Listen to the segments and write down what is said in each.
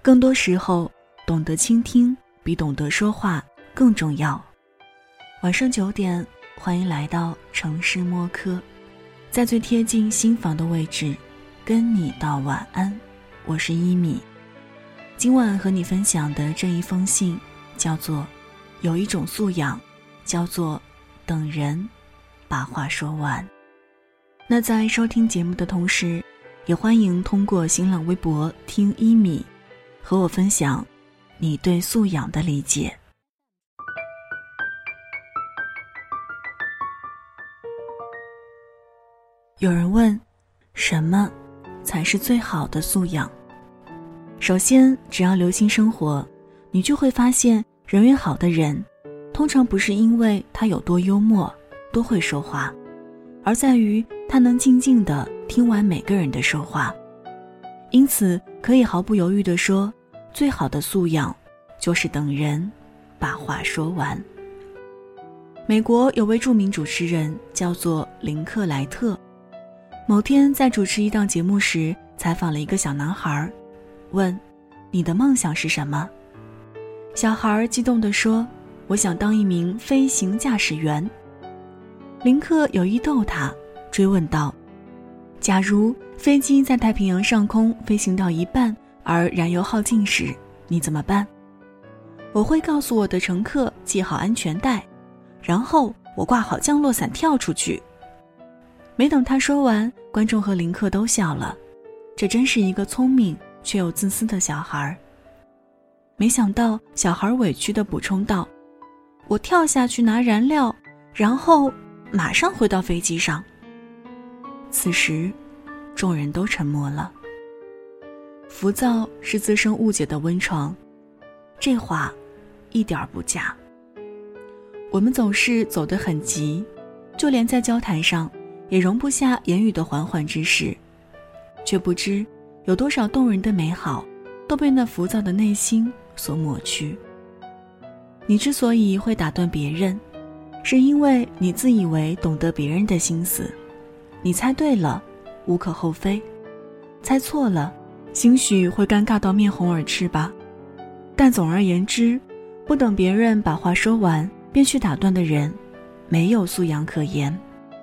更多时候，懂得倾听比懂得说话更重要。晚上9点，欢迎来到城市默客，在最贴近心房的位置，跟你道晚安。我是一米。今晚和你分享的这一封信，叫做有一种素养，叫做等人把话说完。那在收听节目的同时，也欢迎通过新浪微博听一米和我分享你对素养的理解。有人问，什么才是最好的素养？首先，只要留心生活，你就会发现人缘好的人通常不是因为他有多幽默多会说话，而在于他能静静地听完每个人的说话。因此可以毫不犹豫地说，最好的素养就是等人把话说完。美国有位著名主持人叫做林克莱特，某天在主持一档节目时，采访了一个小男孩，问：你的梦想是什么？小孩激动地说：我想当一名飞行驾驶员。林克有意逗他，追问道：假如飞机在太平洋上空飞行到一半而燃油耗尽时，你怎么办？我会告诉我的乘客系好安全带，然后我挂好降落伞跳出去。没等他说完，观众和林克都笑了，这真是一个聪明却又自私的小孩。没想到小孩委屈地补充道：我跳下去拿燃料，然后马上回到飞机上。此时众人都沉默了。浮躁是滋生误解的温床，这话一点不假。我们总是走得很急，就连在交谈上也容不下言语的缓缓之时，却不知有多少动人的美好都被那浮躁的内心所抹去。你之所以会打断别人，是因为你自以为懂得别人的心思，你猜对了无可厚非，猜错了兴许会尴尬到面红耳赤吧。但总而言之，不等别人把话说完便去打断的人，没有素养可言。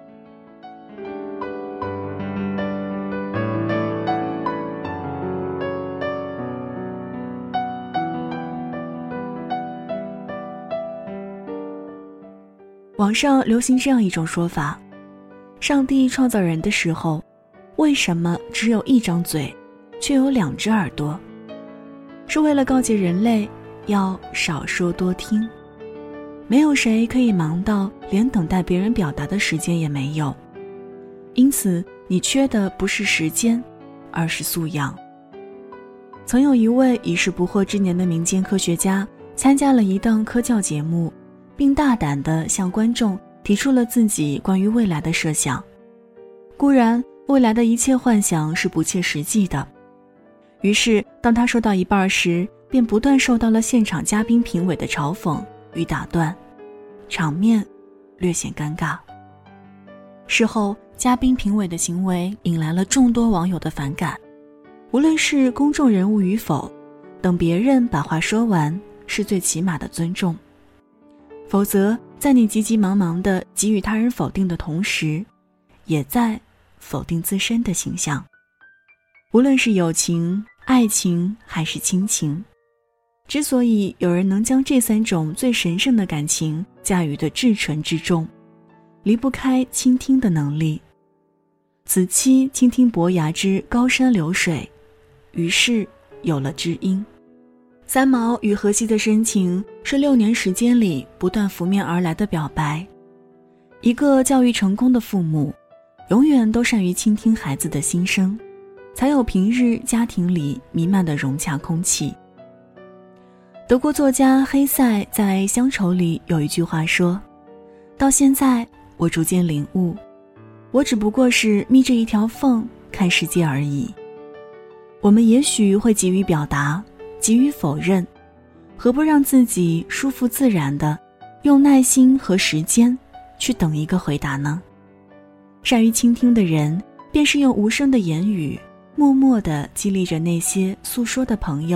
网上流行这样一种说法：上帝创造人的时候，为什么只有一张嘴，却有2只耳朵？是为了告诫人类要少说多听。没有谁可以忙到连等待别人表达的时间也没有，因此你缺的不是时间，而是素养。曾有一位已是不惑之年的民间科学家参加了一档科教节目，并大胆地向观众提出了自己关于未来的设想。固然未来的一切幻想是不切实际的，于是当他说到一半时，便不断受到了现场嘉宾评委的嘲讽与打断，场面略显尴尬。事后嘉宾评委的行为引来了众多网友的反感，无论是公众人物与否，等别人把话说完是最起码的尊重，否则在你急急忙忙地给予他人否定的同时，也在否定自身的形象。无论是友情、爱情还是亲情，之所以有人能将这3种最神圣的感情驾驭得至纯至重，离不开倾听的能力。子期倾听伯牙之高山流水，于是有了知音。三毛与荷西的深情是6年时间里不断拂面而来的表白。一个教育成功的父母，永远都善于倾听孩子的心声，才有平日家庭里弥漫的融洽空气。德国作家黑塞在《乡愁》里有一句话说：到现在我逐渐领悟，我只不过是眯着一条缝看世界而已。我们也许会急于表达，急于否认，何不让自己舒服自然地用耐心和时间去等一个回答呢？善于倾听的人，便是用无声的言语默默地激励着那些诉说的朋友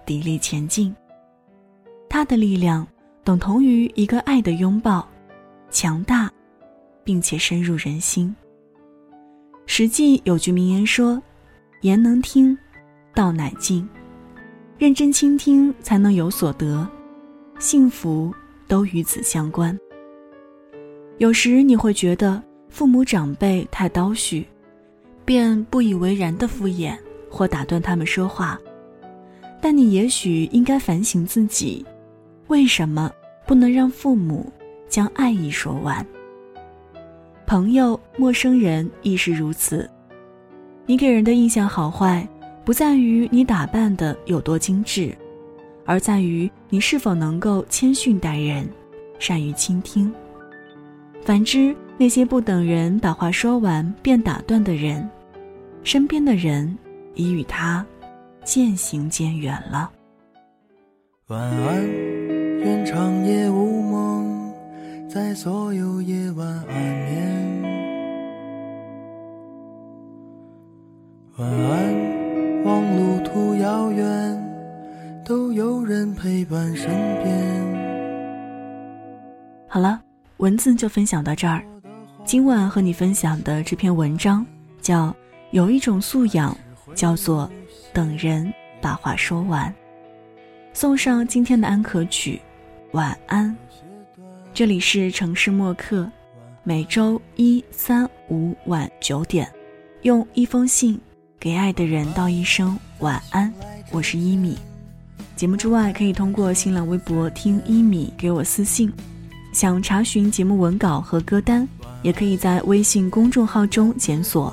砥砺前进。它的力量等同于一个爱的拥抱，强大并且深入人心。实际有句名言说，言能听，道乃进，认真倾听才能有所得，幸福都与此相关。有时你会觉得父母长辈太叨絮，便不以为然的敷衍或打断他们说话，但你也许应该反省自己，为什么不能让父母将爱意说完？朋友、陌生人亦是如此。你给人的印象好坏，不在于你打扮的有多精致，而在于你是否能够谦逊待人，善于倾听。反之，那些不等人把话说完便打断的人，身边的人已与他渐行渐远了。 晚安，愿长夜无梦，在所有夜晚安眠。晚安，望路途遥远，都有人陪伴身边。 好了，文字就分享到这儿。今晚和你分享的这篇文章叫《有一种素养叫做等人把话说完》，送上今天的安可曲，晚安。这里是城市默客，每周1、3、5晚9点，用一封信给爱的人道一声晚安。我是一米。节目之外，可以通过新浪微博听一米给我私信。想查询节目文稿和歌单，也可以在微信公众号中检索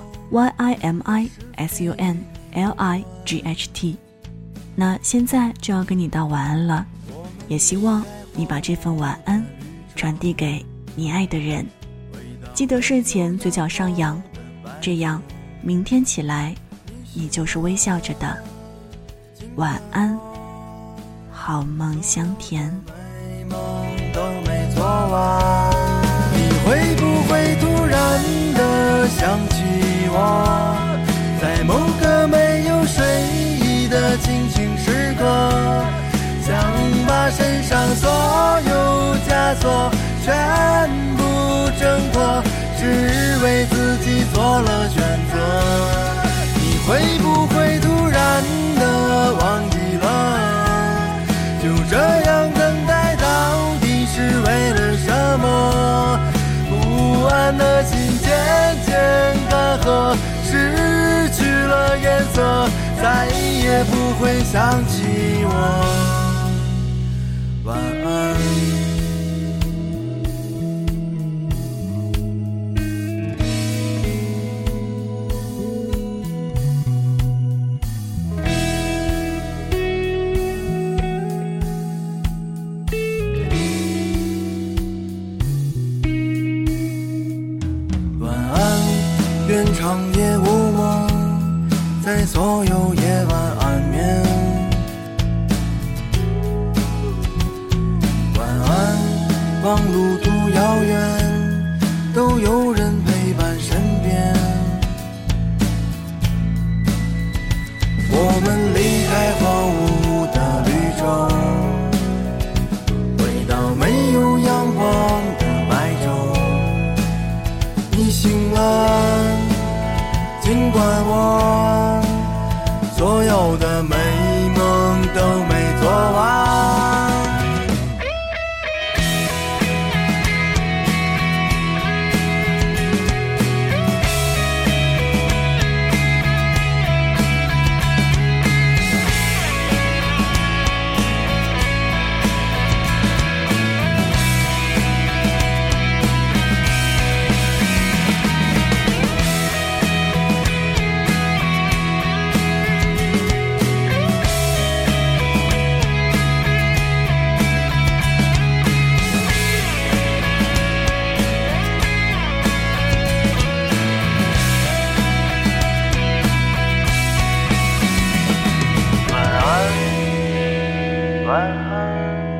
YIMISUNLIGHT。 那现在就要跟你道晚安了，也希望你把这份晚安传递给你爱的人。记得睡前嘴角上扬，这样明天起来你就是微笑着的。晚安，好梦香甜。 做完，你会不会突然的想起我，在某个没有睡意的清醒时刻，想把身上所有枷锁全部挣脱，只为自己做了选择。你会不会突然的忘记了，就这样等待到底是为了什么？不安的心渐渐干涸，失去了颜色，再也不会想起我。晚安。愿长夜无梦，在所有夜晚安眠。晚安，望路途遥远，都有人陪伴身边。我们离开荒芜的绿洲，回到没有阳光的白昼。你醒了，尽管我所有的美梦都没做完。晚安，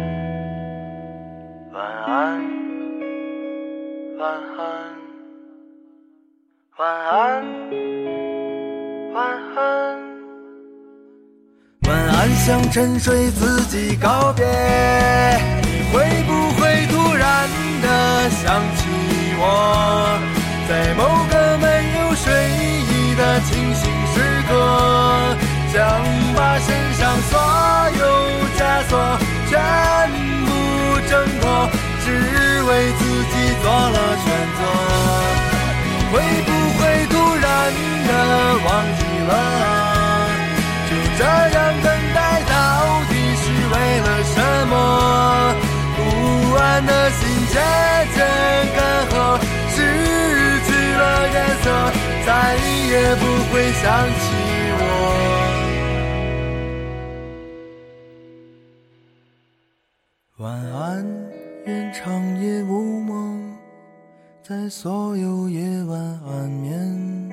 晚安，晚安，晚安，晚安，晚安。 向沉睡自己告别。你会不会突然地想起我，在某个没有睡意的清醒时刻，想把身上所有枷锁全部挣脱，只为自己做了选择。会不会突然的忘记了，就这样等待到底是为了什么？不安的心渐渐干涸，失去了颜色，再也不会想起我。晚安，愿长夜无梦，在所有夜晚安眠。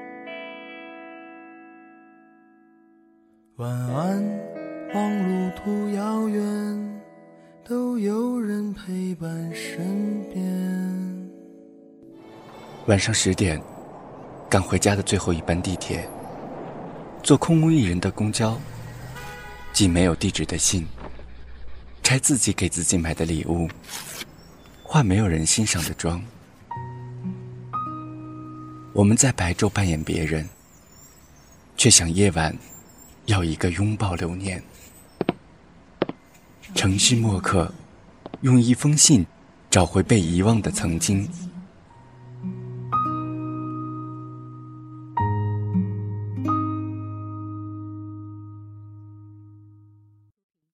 晚安，望路途遥远，都有人陪伴身边。 晚上10点，赶回家的最后一班地铁，坐空无一人的公交，寄没有地址的信，拆自己给自己买的礼物，化没有人欣赏的妆。我们在白昼扮演别人，却想夜晚要一个拥抱留念。城市墨客用一封信找回被遗忘的曾经。